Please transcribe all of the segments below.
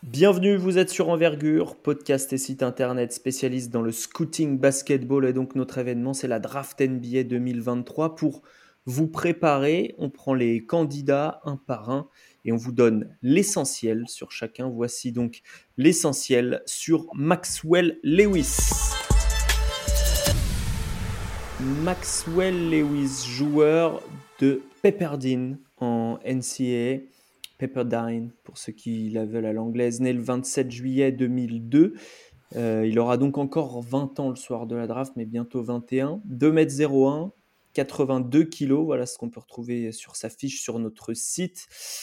Bienvenue, vous êtes sur Envergure, podcast et site internet spécialiste dans le scouting basketball et donc notre événement c'est la Draft NBA 2023. Pour vous préparer, on prend les candidats un par un et on vous donne l'essentiel sur chacun. Voici donc l'essentiel sur Maxwell Lewis. Maxwell Lewis, joueur de Pepperdine en NCAA. Pepperdine, pour ceux qui la veulent à l'anglaise, né le 27 juillet 2002. Il aura donc encore 20 ans le soir de la draft, mais bientôt 21. 2,01 m, 82 kg, voilà ce qu'on peut retrouver sur sa fiche sur notre site.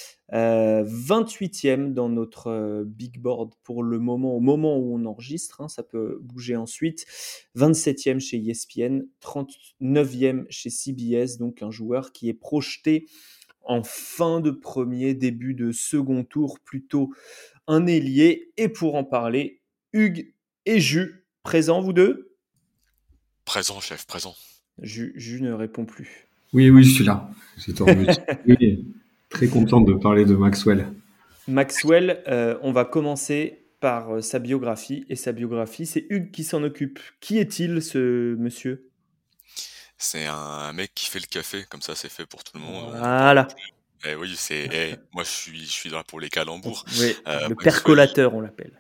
28e dans notre big board pour le moment, au moment où on enregistre, ça peut bouger ensuite. 27e chez ESPN, 39e chez CBS, donc un joueur qui est projeté en fin de premier, début de second tour, plutôt un ailier. Et pour en parler, Hugues et Jus, présents vous deux? Présent, chef, présent. Jus ne répond plus. Oui, je suis là. J'étais en mute. Oui, très content de parler de Maxwell. Maxwell, on va commencer par sa biographie. Et sa biographie, c'est Hugues qui s'en occupe. Qui est-il, ce monsieur? C'est un mec qui fait le café, comme ça c'est fait pour tout le monde. On en parle Voilà. plus. Eh oui, moi je suis là pour les calembours. Oui, le Maxwell, percolateur, on l'appelle.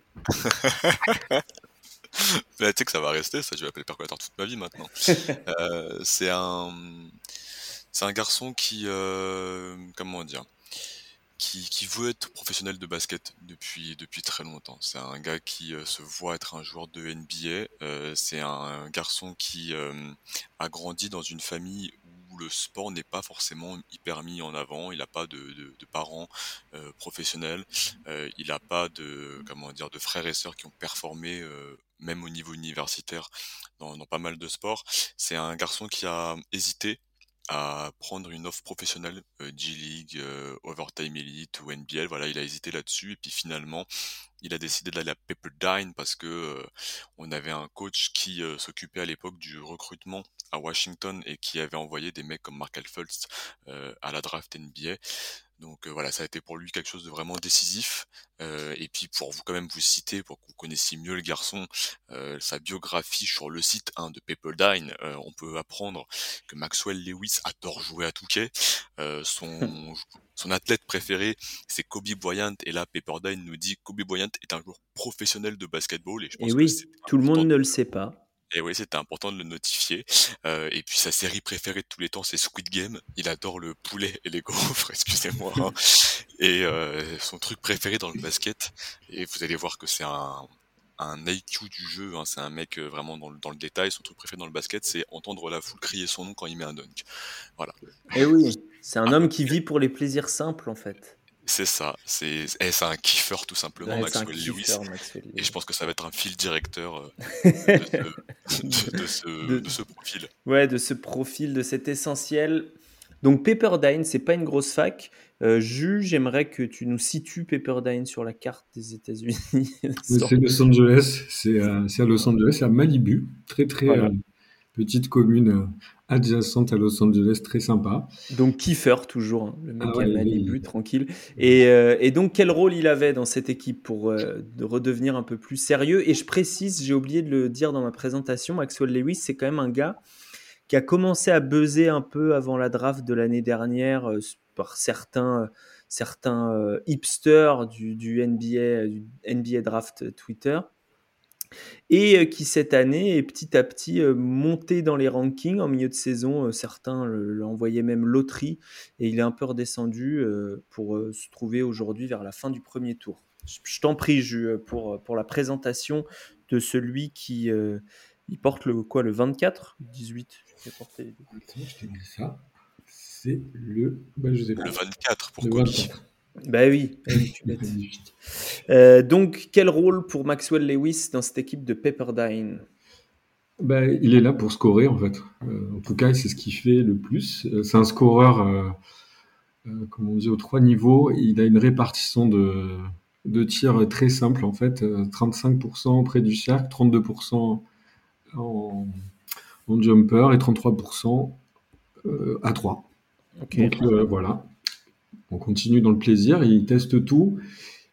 tu sais que ça va rester, ça, je vais l'appeler percolateur toute ma vie maintenant. C'est un garçon qui, comment dire, qui veut être professionnel de basket depuis très longtemps. C'est un gars qui se voit être un joueur de NBA. C'est un garçon qui a grandi dans une famille où le sport n'est pas forcément hyper mis en avant. Il n'a pas de parents professionnels. Il n'a pas de frères et sœurs qui ont performé même au niveau universitaire dans pas mal de sports. C'est un garçon qui a hésité à prendre une offre professionnelle, G-League, Overtime Elite ou NBL. Voilà, il a hésité là-dessus et puis finalement, il a décidé d'aller à Pepperdine parce que on avait un coach qui s'occupait à l'époque du recrutement à Washington et qui avait envoyé des mecs comme Markelle Fultz à la draft NBA. Donc voilà, ça a été pour lui quelque chose de vraiment décisif. Et puis pour vous quand même vous citer, pour que vous connaissiez mieux le garçon, sa biographie sur le site de Pepperdine, on peut apprendre que Maxwell Lewis adore jouer à Touquet. Son athlète préféré, c'est Kobe Bryant. Et là, Pepperdine nous dit Kobe Bryant est un joueur professionnel de basketball. Et je Et pense que oui, c'est tout le important. monde ne le sait pas. Et oui, c'était important de le notifier. Et puis sa série préférée de tous les temps, c'est Squid Game. Il adore le poulet et les gaufres, excusez-moi. Et son truc préféré dans le basket, et vous allez voir que c'est un IQ du jeu, c'est un mec vraiment dans le détail. Son truc préféré dans le basket, c'est entendre la foule crier son nom quand il met un dunk. Voilà. Et oui, c'est un homme qui vit pour les plaisirs simples, en fait. C'est ça, c'est un kiffeur tout simplement, Ouais, c'est un Maxwell Lewis. kiffeur, Maxwell Et je Lewis. pense que ça va être un fil directeur De- de ce profil. Ouais, de ce profil, de cet essentiel. Donc Pepperdine, c'est pas une grosse fac. J'aimerais que tu nous situes Pepperdine sur la carte des États-Unis. C'est Los Angeles. C'est à Los Angeles, c'est à Malibu. Très, Voilà. petite commune adjacente à Los Angeles, très sympa. Donc kiffer toujours, le mec Ah à ouais, Malibu, tranquille. Et donc quel rôle il avait dans cette équipe pour de redevenir un peu plus sérieux? Et je précise, j'ai oublié de le dire dans ma présentation, Maxwell Lewis, c'est quand même un gars qui a commencé à buzzer un peu avant la draft de l'année dernière par certains hipsters du NBA draft Twitter, et qui cette année est petit à petit monté dans les rankings en milieu de saison. Certains l'envoyaient même loterie, et il est un peu redescendu pour se trouver aujourd'hui vers la fin du premier tour. Je t'en prie, Jus, pour la présentation de celui qui il porte le 24 18. Je vais porter les deux. Attends, je t'ai dit ça. C'est le. Je sais pas. Le 24 pour Le Kobe. 24. Bah oui, tu bête. Magnifique. Donc, quel rôle pour Maxwell Lewis dans cette équipe de Pepperdine? Il est là pour scorer, en fait. En tout cas, c'est ce qu'il fait le plus. C'est un scoreur, comme on dit, aux 3 niveaux. Il a une répartition de tirs très simple, en fait. 35% près du cercle, 32% en jumper et 33% à 3. Ok. Donc voilà, on continue dans le plaisir, il teste tout.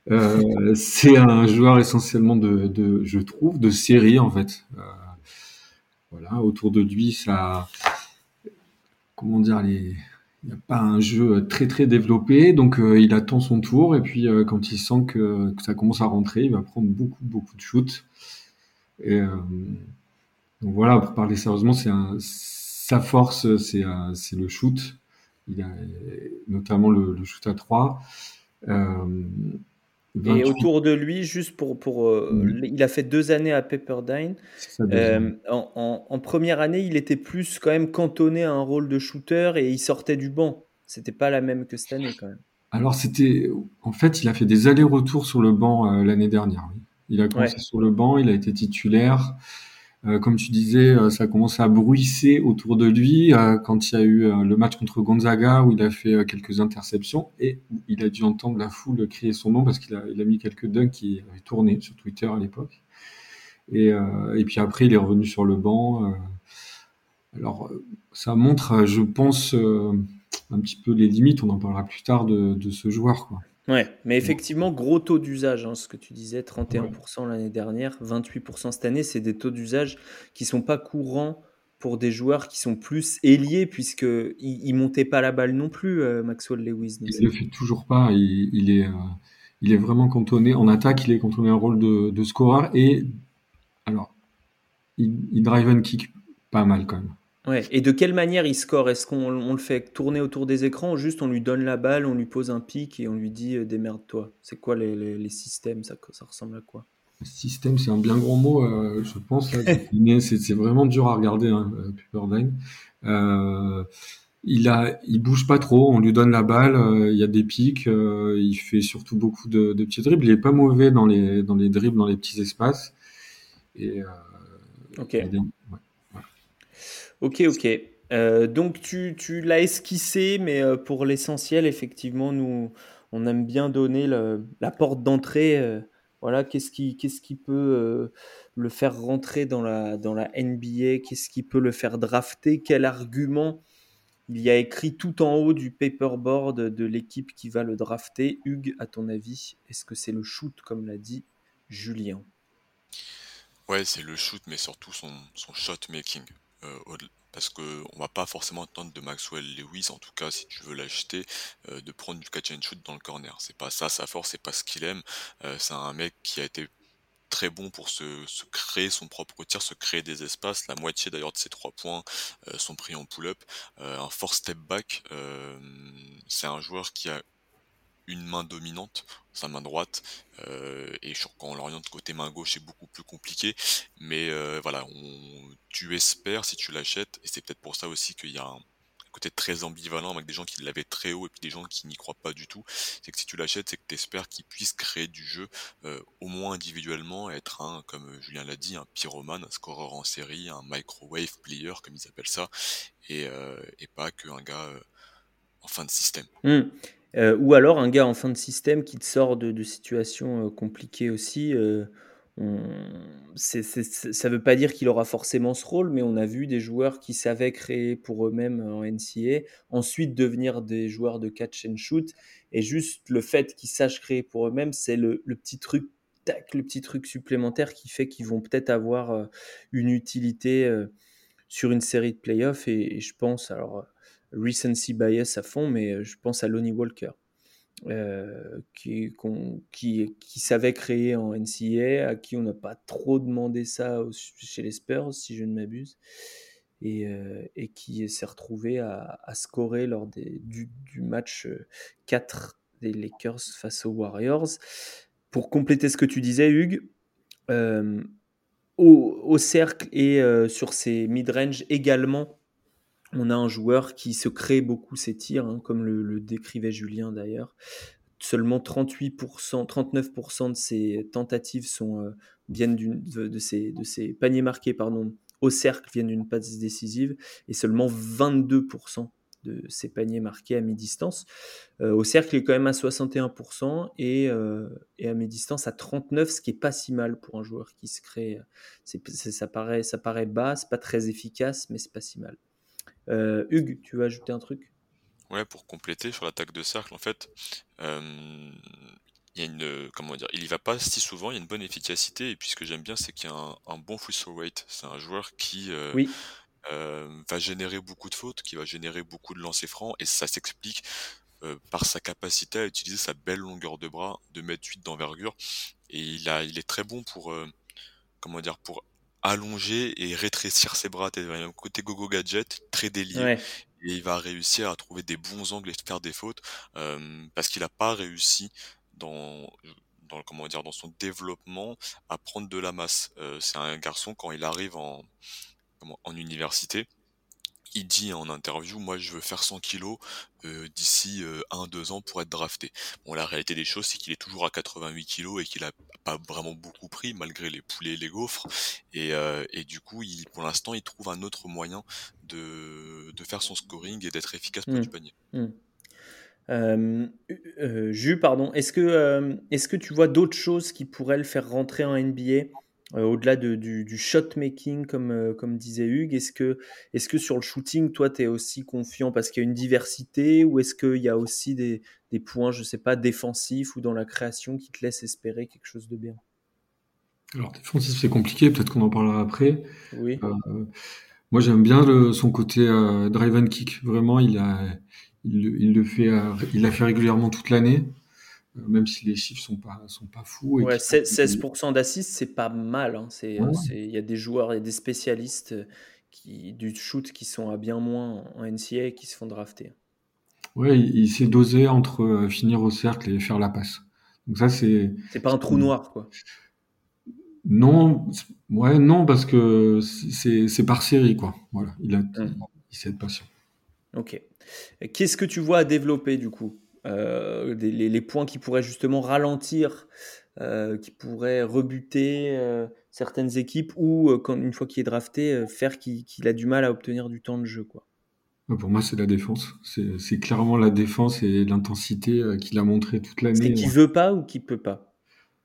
C'est un joueur essentiellement je trouve, de série en fait. Voilà, autour de lui, ça, comment dire, il n'y a pas un jeu très très développé, donc il attend son tour et puis quand il sent que ça commence à rentrer, il va prendre beaucoup de shoots. Et donc voilà, pour parler sérieusement, sa force, c'est le shoot. Il a notamment le shoot à 3. Euh, Et 28, autour de lui, juste il a fait 2 années à Pepperdine. c'est ça, 2 ans. En première année, il était plus quand même cantonné à un rôle de shooter et il sortait du banc. C'était pas la même que cette année quand même. Alors en fait, il a fait des allers-retours sur le banc l'année dernière. Oui. Il a commencé Ouais, sur le banc, il a été titulaire. Comme tu disais, ça a commencé à bruisser autour de lui quand il y a eu le match contre Gonzaga où il a fait quelques interceptions et où il a dû entendre la foule crier son nom parce il a mis quelques dunks qui avaient tourné sur Twitter à l'époque. Et puis après, il est revenu sur le banc. Alors, ça montre, je pense, un petit peu les limites. On en parlera plus tard de ce joueur, quoi. ouais, mais effectivement, gros taux d'usage, hein, ce que tu disais, Ouais. 31% l'année dernière, 28% cette année, c'est des taux d'usage qui sont pas courants pour des joueurs qui sont plus ailiers, puisqu'ils montaient pas la balle non plus, Maxwell Lewis. Donc Il c'est le fait toujours pas. Il est vraiment cantonné en attaque. Il est cantonné à un rôle de scoreur et alors il drive and kick pas mal quand même. Ouais, et de quelle manière il score? Est-ce qu'on le fait tourner autour des écrans ou juste on lui donne la balle, on lui pose un pic et on lui dit démerde-toi? C'est quoi les systèmes? Ça ressemble à quoi? Système, c'est un bien grand mot, je pense. Là, mais c'est vraiment dur à regarder, hein, Pepperdine. Euh, il bouge pas trop. On lui donne la balle. Il y a des pics. Il fait surtout beaucoup de petits dribbles. Il est pas mauvais dans les dribbles, dans les petits espaces. Et Ok, il y a ouais, voilà. ok. Donc tu l'as esquissé, mais pour l'essentiel, effectivement, nous, on aime bien donner la porte d'entrée. Voilà, qu'est-ce qui peut le faire rentrer dans la NBA? Qu'est-ce qui peut le faire drafter? Quel argument il y a écrit tout en haut du paperboard de l'équipe qui va le drafter? Hugues, à ton avis, est-ce que c'est le shoot, comme l'a dit Julien? Ouais, c'est le shoot, mais surtout son shot making. Parce que on va pas forcément attendre de Maxwell Lewis, en tout cas si tu veux l'acheter, de prendre du catch and shoot dans le corner. C'est pas ça sa force, c'est pas ce qu'il aime. C'est un mec qui a été très bon pour se créer son propre tir, se créer des espaces. La moitié d'ailleurs de ses 3 points sont pris en pull-up. Un fort step back. C'est un joueur qui a une main dominante, sa main droite, quand on l'oriente côté main gauche, c'est beaucoup plus compliqué. Mais voilà, tu espères si tu l'achètes, et c'est peut-être pour ça aussi qu'il y a un côté très ambivalent avec des gens qui l'avaient très haut et puis des gens qui n'y croient pas du tout. C'est que si tu l'achètes, c'est que tu espères qu'il puisse créer du jeu, au moins individuellement, être comme Julien l'a dit, un pyromane, un scoreur en série, un microwave player, comme ils appellent ça, et pas qu'un gars en fin de système. Hmm. Ou alors un gars en fin de système qui te sort de situations compliquées aussi. On- ça ne veut pas dire qu'il aura forcément ce rôle, mais on a vu des joueurs qui savaient créer pour eux-mêmes en NCAA, ensuite devenir des joueurs de catch and shoot. Et juste le fait qu'ils sachent créer pour eux-mêmes, c'est le petit truc, tac, le petit truc supplémentaire qui fait qu'ils vont peut-être avoir une utilité sur une série de playoffs. Et je pense, alors, recency bias à fond, mais je pense à Lonnie Walker, qui savait créer en NCAA, à qui on n'a pas trop demandé ça chez les Spurs, si je ne m'abuse, et qui s'est retrouvé à scorer lors du match 4 des Lakers face aux Warriors. Pour compléter ce que tu disais, Hugues, euh, au cercle et sur ses mid-range également, on a un joueur qui se crée beaucoup ses tirs, hein, comme le décrivait Julien d'ailleurs. Seulement 38%, 39% de ses tentatives viennent de ses paniers marqués, pardon, au cercle viennent d'une passe décisive, et seulement 22% de ses paniers marqués à mi-distance. Au cercle, il est quand même à 61% et à mi-distance à 39%, ce qui est pas si mal pour un joueur qui se crée. Ça paraît bas, c'est pas très efficace, mais c'est pas si mal. Hugues, tu veux ajouter un truc? Ouais, pour compléter sur l'attaque de cercle, en fait, euh, il y a comment dire, il y va pas si souvent, il y a une bonne efficacité et puis ce que j'aime bien, c'est qu'il y a un bon free throw rate. C'est un joueur qui, Oui. va générer beaucoup de fautes, qui va générer beaucoup de lancers francs et ça s'explique, par sa capacité à utiliser sa belle longueur de bras, 2,8 m d'envergure et il est très bon pour, comment dire? Pour allonger et rétrécir ses bras. Il y a un côté gogo gadget, très délié Ouais. et il va réussir à trouver des bons angles et faire des fautes, parce qu'il a pas réussi dans comment dire? Dans son développement à prendre de la masse. C'est un garçon quand il arrive en université, il dit en interview: «Moi, je veux faire 100 kilos d'ici, 1-2 ans pour être drafté». Bon, la réalité des choses, c'est qu'il est toujours à 88 kilos et qu'il a pas vraiment beaucoup pris malgré les poulets et les gaufres et du coup, pour l'instant, il trouve un autre moyen de faire son scoring et d'être efficace près Mmh. du panier. Mmh. Jus, pardon, est-ce que tu vois d'autres choses qui pourraient le faire rentrer en NBA, au-delà du shot making comme disait Hugues? Est-ce que sur le shooting, toi, tu es aussi confiant parce qu'il y a une diversité ou est-ce qu'il y a aussi des points, je sais pas, défensifs ou dans la création qui te laissent espérer quelque chose de bien? Alors, défensif, c'est compliqué, peut-être qu'on en parlera après. Oui. Euh, Moi, j'aime bien son côté drive and kick. Vraiment, il le fait, il l'a fait régulièrement toute l'année, même si les chiffres sont pas fous et Ouais, qu'il 16% d'assists, c'est pas mal, hein. ouais, Il y a des joueurs, il y a des spécialistes, du shoot qui sont à bien moins en NCAA et qui se font drafter. ouais, il s'est dosé entre finir au cercle et faire la passe. Donc ça, C'est pas un trou noir, quoi. non, ouais, non, parce que c'est par série, quoi. Voilà, Mmh. il sait être patient. OK. Qu'est-ce que tu vois à développer du coup? Les points qui pourraient justement ralentir, qui pourraient rebuter, certaines équipes ou, quand une fois qu'il est drafté, faire qu'il a du mal à obtenir du temps de jeu, quoi? Pour moi, c'est la défense. C'est clairement la défense et l'intensité qu'il a montré toute C'est l'année. qu'il veut pas ou qu'il peut pas?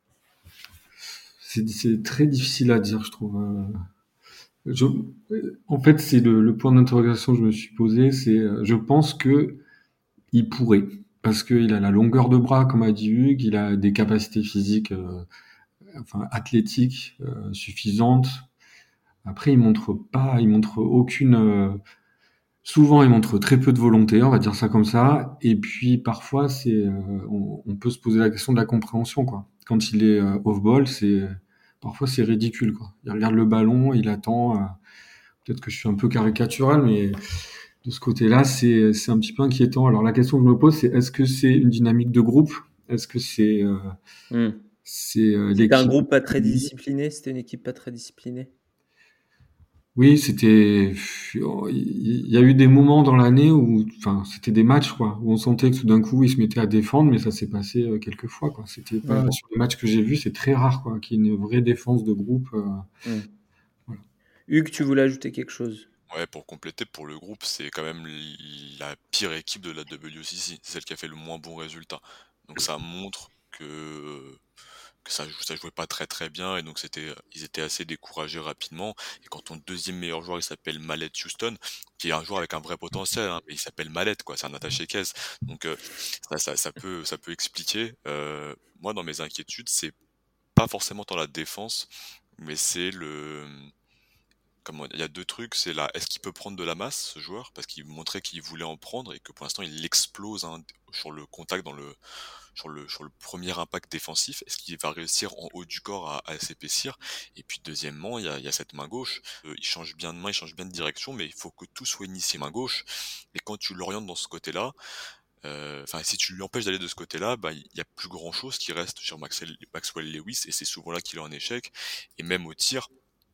C'est très difficile à dire, je trouve. Je- En fait, c'est le point d'interrogation que je me suis posé. Je pense que il pourrait, parce qu'il a la longueur de bras, comme a dit Hugues, il a des capacités physiques, enfin athlétiques suffisantes. Après, il montre aucune. Souvent, il montre très peu de volonté, on va dire ça comme ça. Et puis parfois, on peut se poser la question de la compréhension, quoi. Quand il est off-ball, parfois c'est ridicule, quoi. Il regarde le ballon, il attend. Peut-être que je suis un peu caricatural, mais de ce côté-là, c'est un petit peu inquiétant. Alors la question que je me pose, c'est est-ce que c'est une dynamique de groupe? Est-ce que Mmh. c'est C'était un l'équipe? groupe pas très discipliné? C'était une équipe pas très disciplinée? Oui, il y a eu des moments dans l'année où, enfin, c'était des matchs, quoi, où on sentait que tout d'un coup, ils se mettaient à défendre, mais ça s'est passé quelques fois, quoi. C'était pas Mmh. sur les matchs que j'ai vus, c'est très rare, quoi, qu'il y ait une vraie défense de groupe. Mmh. Voilà. Hugues, tu voulais ajouter quelque chose? Ouais, pour compléter, pour le groupe, c'est quand même la pire équipe de la WCC. C'est celle qui a fait le moins bon résultat. Donc ça montre que ça jouait pas très très bien et donc ils étaient assez découragés rapidement. Et quand ton deuxième meilleur joueur il s'appelle Mallet Houston, qui est un joueur avec un vrai potentiel, hein, mais il s'appelle Mallet quoi, c'est un attaché caisse. Donc ça peut expliquer. Moi dans mes inquiétudes, c'est pas forcément dans la défense, mais c'est il y a deux trucs, c'est là, est-ce qu'il peut prendre de la masse ce joueur parce qu'il montrait qu'il voulait en prendre et que pour l'instant il explose hein, sur le contact sur le premier impact défensif, est-ce qu'il va réussir en haut du corps à s'épaissir? Et puis deuxièmement, il y a cette main gauche, il change bien de main, il change bien de direction, mais il faut que tout soit initié main gauche. Et quand tu l'orientes dans ce côté-là, enfin si tu l'empêches d'aller de ce côté-là, bah il y a plus grand chose qui reste sur Maxwell Lewis et c'est souvent là qu'il est en échec. Et même au tir,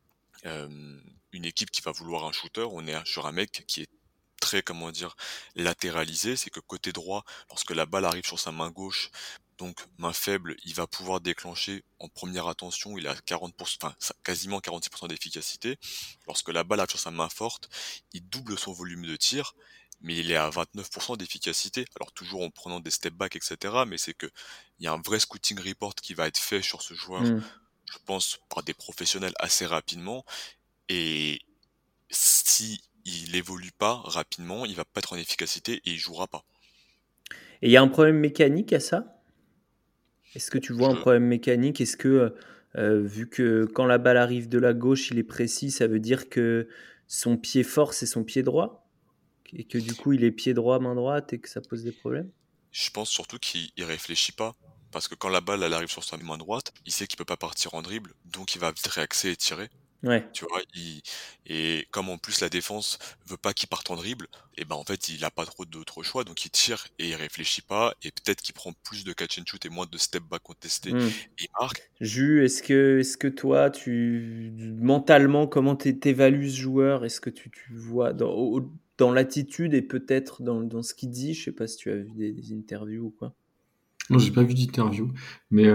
une équipe qui va vouloir un shooter, on est sur un mec qui est très, comment dire, latéralisé. C'est que côté droit, lorsque la balle arrive sur sa main gauche, donc main faible, il va pouvoir déclencher en première attention, il a 40%, enfin quasiment 46% d'efficacité. Lorsque la balle arrive sur sa main forte, il double son volume de tir, mais il est à 29% d'efficacité. Alors toujours en prenant des step back, etc. Mais c'est que il y a un vrai scouting report qui va être fait sur ce joueur, Mmh. je pense, par des professionnels assez rapidement. Et si il évolue pas rapidement, il va pas être en efficacité et il jouera pas. Et il y a un problème mécanique à ça? Est-ce que tu vois un Je problème mécanique? Est-ce que, vu que quand la balle arrive de la gauche, il est précis, ça veut dire que son pied fort, c'est son pied droit? Et que du coup, il est pied droit, main droite et que ça pose des problèmes? je pense surtout qu'il réfléchit pas, parce que quand la balle, elle arrive sur sa main droite, il sait qu'il peut pas partir en dribble, donc il va vite réaxer et tirer. Ouais. Tu vois? Et comme en plus la défense veut pas qu'il parte en dribble, et ben, en fait, il a pas trop d'autres choix, donc il tire et il réfléchit pas, et peut-être qu'il prend plus de catch and shoot et moins de step back contesté et Mmh. il marque. Est-ce que toi, mentalement, comment t'évalues ce joueur? Est-ce que tu vois dans l'attitude et peut-être dans ce qu'il dit? Je sais pas si tu as vu des interviews ou quoi? Non, j'ai pas vu d'interview, mais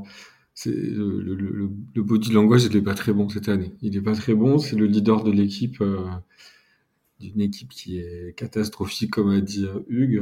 le body language, il est pas très bon cette année. Il est pas très bon. C'est le leader de l'équipe, d'une équipe qui est catastrophique, comme a dit Hugues.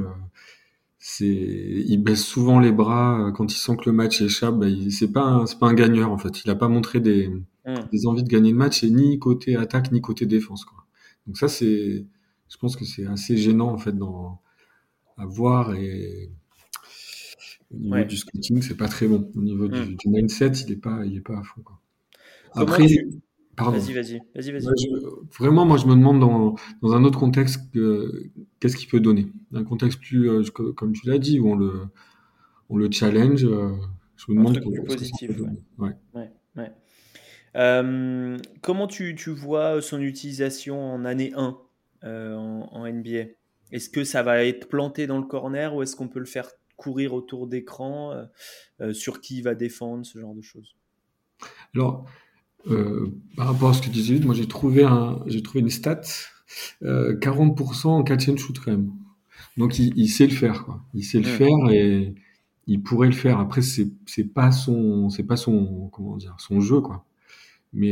Il baisse souvent les bras quand il sent que le match échappe. Bah, c'est pas un gagneur en fait. Il a pas montré Mmh. des envies de gagner le match, et ni côté attaque ni côté défense, quoi. Donc ça, je pense que c'est assez gênant en fait à voir, et au niveau Ouais. du scouting, c'est pas très bon. Au niveau Mmh. du mindset, il est pas à fond, quoi. Comment Après, tu pardon. Vas-y, vas-y. Vas-y, Ouais, vas-y. vraiment, moi, je me demande dans un autre contexte qu'est-ce qu'il peut donner. Un contexte plus, comme tu l'as dit, où on le challenge. Je me Un demande truc plus ce que ça peut positif, ouais. donner. Ouais. Ouais, ouais. Comment tu vois son utilisation en année 1 en NBA? Est-ce que ça va être planté dans le corner ou est-ce qu'on peut le faire courir autour d'écran? Sur qui il va défendre, ce genre de choses? Alors, par rapport à ce que tu disais, moi, j'ai trouvé une stat, 40% en catch and shoot quand même. Donc, il sait le faire, quoi. Il sait le Hmm. faire, et il pourrait le faire. Après, c'est pas son, comment dire, son jeu, quoi. Mais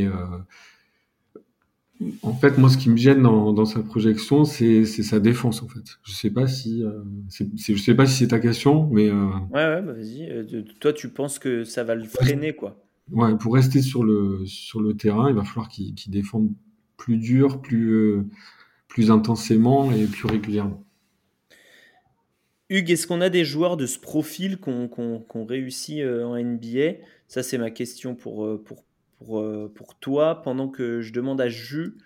en fait, moi, ce qui me gêne dans sa projection, c'est sa défense, en fait. Je sais pas si, je sais pas si c'est ta question, mais Ouais, ouais, bah vas-y. Toi, tu penses que ça va le freiner, quoi? ouais, pour rester sur le terrain, il va falloir qu'il défende plus dur, plus intensément et plus régulièrement. Hugues, est-ce qu'on a des joueurs de ce profil qu'on réussit en NBA? Ça, c'est ma question pour toi. Pendant que je demande à Jus,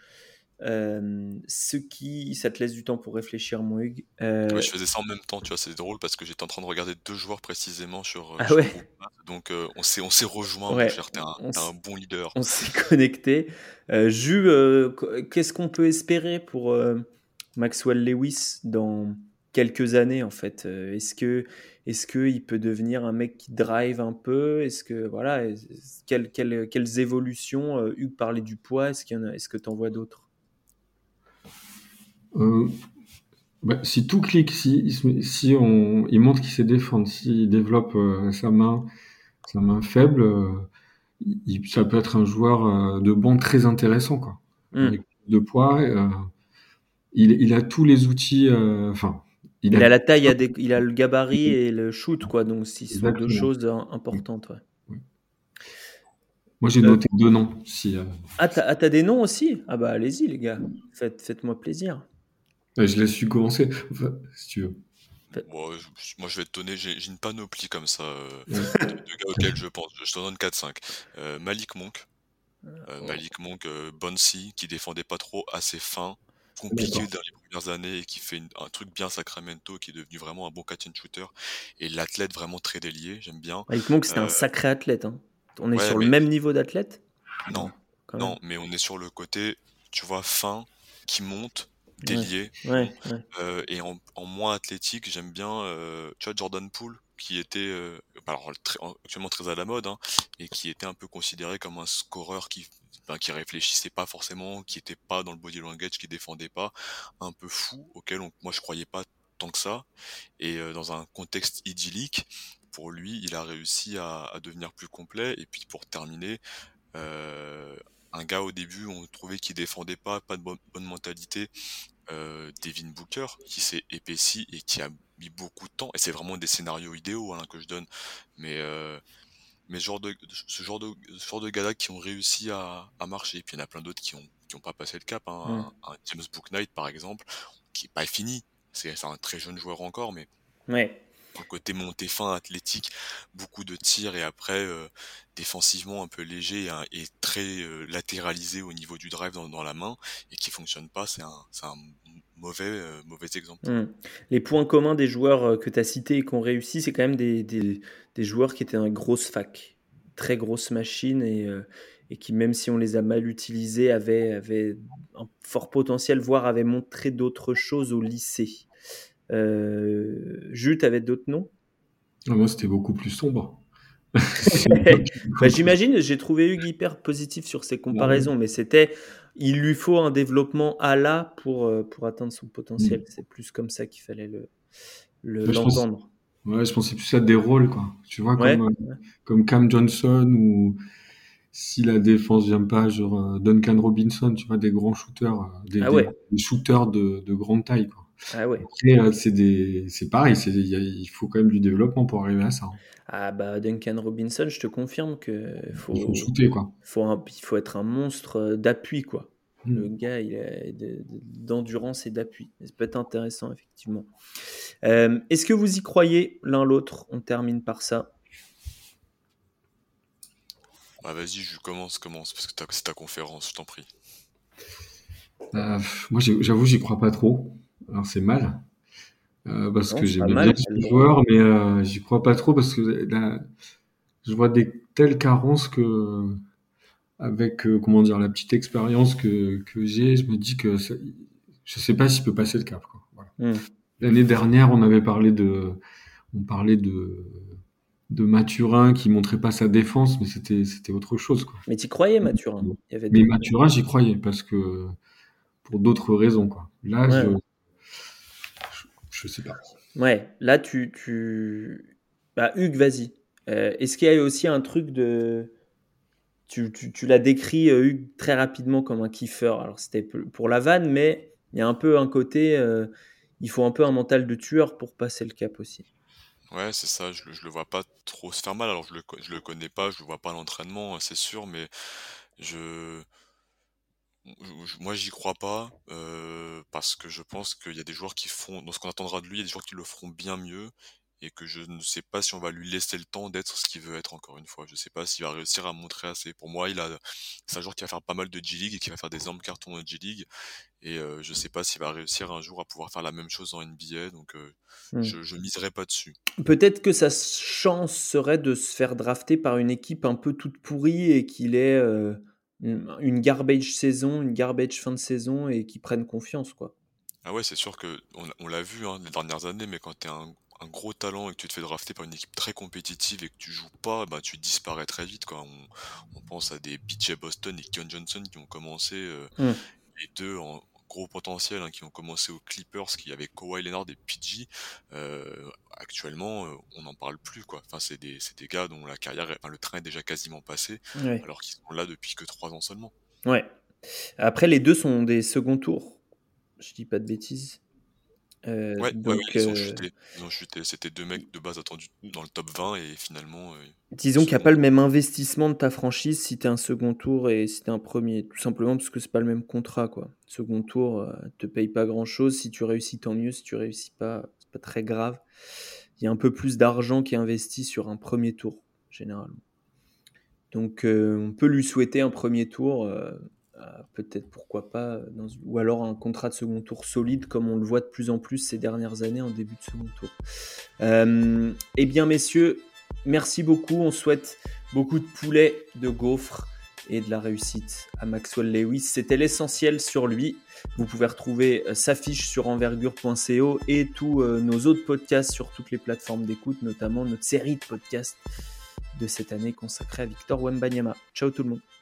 ça te laisse du temps pour réfléchir, mon Hugues. Ouais, je faisais ça en même temps, tu vois? C'est drôle parce que j'étais en train de regarder 2 joueurs précisément Ah sur ouais, Google Maps, donc on s'est rejoints, mon ouais, cher, on, tu s- un bon leader. on s'est connecté. Jus, qu'est-ce qu'on peut espérer pour Maxwell Lewis dans quelques années, en fait? Est-ce que il peut devenir un mec qui drive un peu? Est-ce que voilà, quelles évolutions? Hugues parlait du poids. Est-ce que tu en vois d'autres? Euh, Bah, si tout clique, il montre qu'il sait défendre, s'il développe sa main faible, ça peut être un joueur de banc très intéressant, quoi. Hmm. Avec de poids, il a tous les outils, enfin, il a Il a la taille, il a le gabarit et le shoot, quoi. Donc, ce sont deux exactement. choses Ouais, importantes. Ouais. ouais. Moi, j'ai Euh, noté deux noms. Si, t'as des noms aussi? Ah bah allez-y les gars, faites-moi plaisir. je laisse su commencer, enfin, si tu veux. Faites- Moi, moi, je vais te donner, j'ai une panoplie comme ça, Ouais, de gars auxquels je pense. Je t'en donne 4-5. Malik Monk, Oh. Bonsi, qui défendait pas trop, assez fin, compliqué d'accord. dans les premières années et qui fait un truc bien Sacramento, qui est devenu vraiment un bon catch and shooter. Et l'athlète vraiment très délié, j'aime bien. Malik Monk, c'était un Euh, sacré athlète, hein. On est ouais, sur le mais même niveau d'athlète? non, Non, quand non, même. mais on est sur le côté, tu vois, fin, qui monte, Ouais, délié, bon, ouais, ouais. et en moins athlétique, j'aime bien, tu vois, Jordan Poole, qui était, alors actuellement très à la mode, hein, et qui était un peu considéré comme un scoreur qui réfléchissait pas forcément, qui était pas dans le body language, qui défendait pas, un peu fou, auquel moi je croyais pas tant que ça, et dans un contexte idyllique, pour lui, il a réussi à devenir plus complet, et puis pour terminer, Heu, un gars au début, on trouvait qu'il défendait pas de bonne mentalité, Devin Booker, qui s'est épaissi et qui a mis beaucoup de temps, et c'est vraiment des scénarios idéaux, hein, que je donne. Mais ce genre de gars-là qui ont réussi à marcher. Et puis il y en a plein d'autres qui ont pas passé le cap, Hmm. hein. Un James Bouknight par exemple, qui est pas fini. C'est un très jeune joueur encore, mais Ouais. le côté monté fin, athlétique, beaucoup de tirs et après défensivement un peu léger et très latéralisé au niveau du drive dans la main et qui fonctionne pas, c'est un mauvais exemple pour Mmh. lui. Les points communs des joueurs, que tu as cités et qui ont réussi, c'est quand même des joueurs qui étaient dans une grosse fac. Très grosse machine et qui, même si on les a mal utilisés, avaient un fort potentiel, voire avaient montré d'autres choses au lycée. Jules, tu avais d'autres noms? Ah, moi, c'était beaucoup plus sombre. C'est pas Bah, j'imagine, j'ai trouvé Hugues hyper positif sur ses Ah ouais. comparaisons, mais il lui faut un développement à la pour atteindre son potentiel. C'est plus comme ça qu'il fallait Moi, l'entendre. je pensais plus à des rôles, quoi. Tu vois, Ouais, comme Cam Johnson ou si la défense vient pas, genre Duncan Robinson, tu vois, des grands shooters, ah ouais, des shooters de grande taille, quoi. ah ouais. Après, c'est pareil, il faut quand même du développement pour arriver à ça, hein. Ah bah Duncan Robinson, je te confirme que Il faut shooter, quoi. il faut être un monstre d'appui, quoi. Le Mm. gars, il a d'endurance et d'appui. Ça peut être intéressant, effectivement. Est-ce que vous y croyez l'un l'autre? On termine par ça. Bah vas-y, commence, parce que c'est ta conférence, je t'en prie. Moi, j'avoue, j'y crois pas trop. Alors, c'est mal, parce Non, que c'est pas j'aimais mal, bien t'as ce le droit. joueur, mais j'y crois pas trop parce que là, je vois des telles carences que, avec, comment dire, la petite expérience que j'ai, je me dis que je sais pas s'il peut passer le cap, quoi. Voilà. Hmm. L'année dernière, on parlait de Mathurin qui montrait pas sa défense, mais c'était autre chose, quoi. Mais t'y croyais, Mathurin? Il y avait Mais d'autres. Mathurin, j'y croyais parce que pour d'autres raisons, quoi. Là, Ouais, je sais pas. ouais. Là, Bah, Hugues, vas-y. Est-ce qu'il y a aussi un truc de... Tu l'as décrit, Hugues, très rapidement comme un kiffeur. Alors, c'était pour la vanne, mais il y a un peu un côté... il faut un peu un mental de tueur pour passer le cap aussi. Ouais, c'est ça, je le vois pas trop se faire mal. Alors je le connais pas, je le vois pas à l'entraînement, c'est sûr, mais je moi j'y crois pas, parce que je pense qu'il y a des joueurs qui font dans ce qu'on attendra de lui, il y a des joueurs qui le feront bien mieux et que je ne sais pas si on va lui laisser le temps d'être ce qu'il veut être encore une fois. Je sais pas s'il va réussir à montrer assez. Pour moi, c'est un joueur qui va faire pas mal de G-League et qui va faire des énormes cartons de G-League et je sais pas s'il va réussir un jour à pouvoir faire la même chose en NBA donc Hmm. je miserai pas dessus. Peut-être que sa chance serait de se faire drafter par une équipe un peu toute pourrie et qu'il ait une garbage saison, une garbage fin de saison et qu'il prenne confiance, quoi. Ah ouais, c'est sûr que on l'a vu hein, les dernières années, mais quand t'es un gros talent et que tu te fais drafter par une équipe très compétitive et que tu joues pas, bah tu disparais très vite quoi. On pense à des BJ Boston et Keon Johnson qui ont commencé Hmm. les deux en gros potentiel, hein, qui ont commencé aux Clippers, qui avaient Kawhi Leonard et PG. Actuellement, on n'en parle plus quoi. Enfin, c'est des gars dont la carrière, enfin le train est déjà quasiment passé, Ouais. alors qu'ils sont là depuis que 3 ans seulement. Ouais. Après, les deux sont des seconds tours. Je dis pas de bêtises. Ouais, ouais, ouais, Donc, ils ont chuté. Ils ont chuté. C'était deux mecs de base attendus dans le top 20 et finalement, disons qu'il n'y a second pas le tour. même investissement de ta franchise si tu es un second tour et si tu es un premier. Tout simplement parce que c'est pas le même contrat, quoi. Second tour, te paye pas grand-chose. Si tu réussis, tant mieux. Si tu réussis pas, c'est pas très grave. Il y a un peu plus d'argent qui est investi sur un premier tour, généralement. Donc, on peut lui souhaiter un premier tour, peut-être, pourquoi pas, ou alors un contrat de second tour solide, comme on le voit de plus en plus ces dernières années en début de second tour. Eh bien, messieurs, merci beaucoup. On souhaite beaucoup de poulets, de gaufres et de la réussite à Maxwell Lewis. C'était l'essentiel sur lui. Vous pouvez retrouver sa fiche sur envergure.co et tous nos autres podcasts sur toutes les plateformes d'écoute, notamment notre série de podcasts de cette année consacrée à Victor Wembanyama. Ciao tout le monde.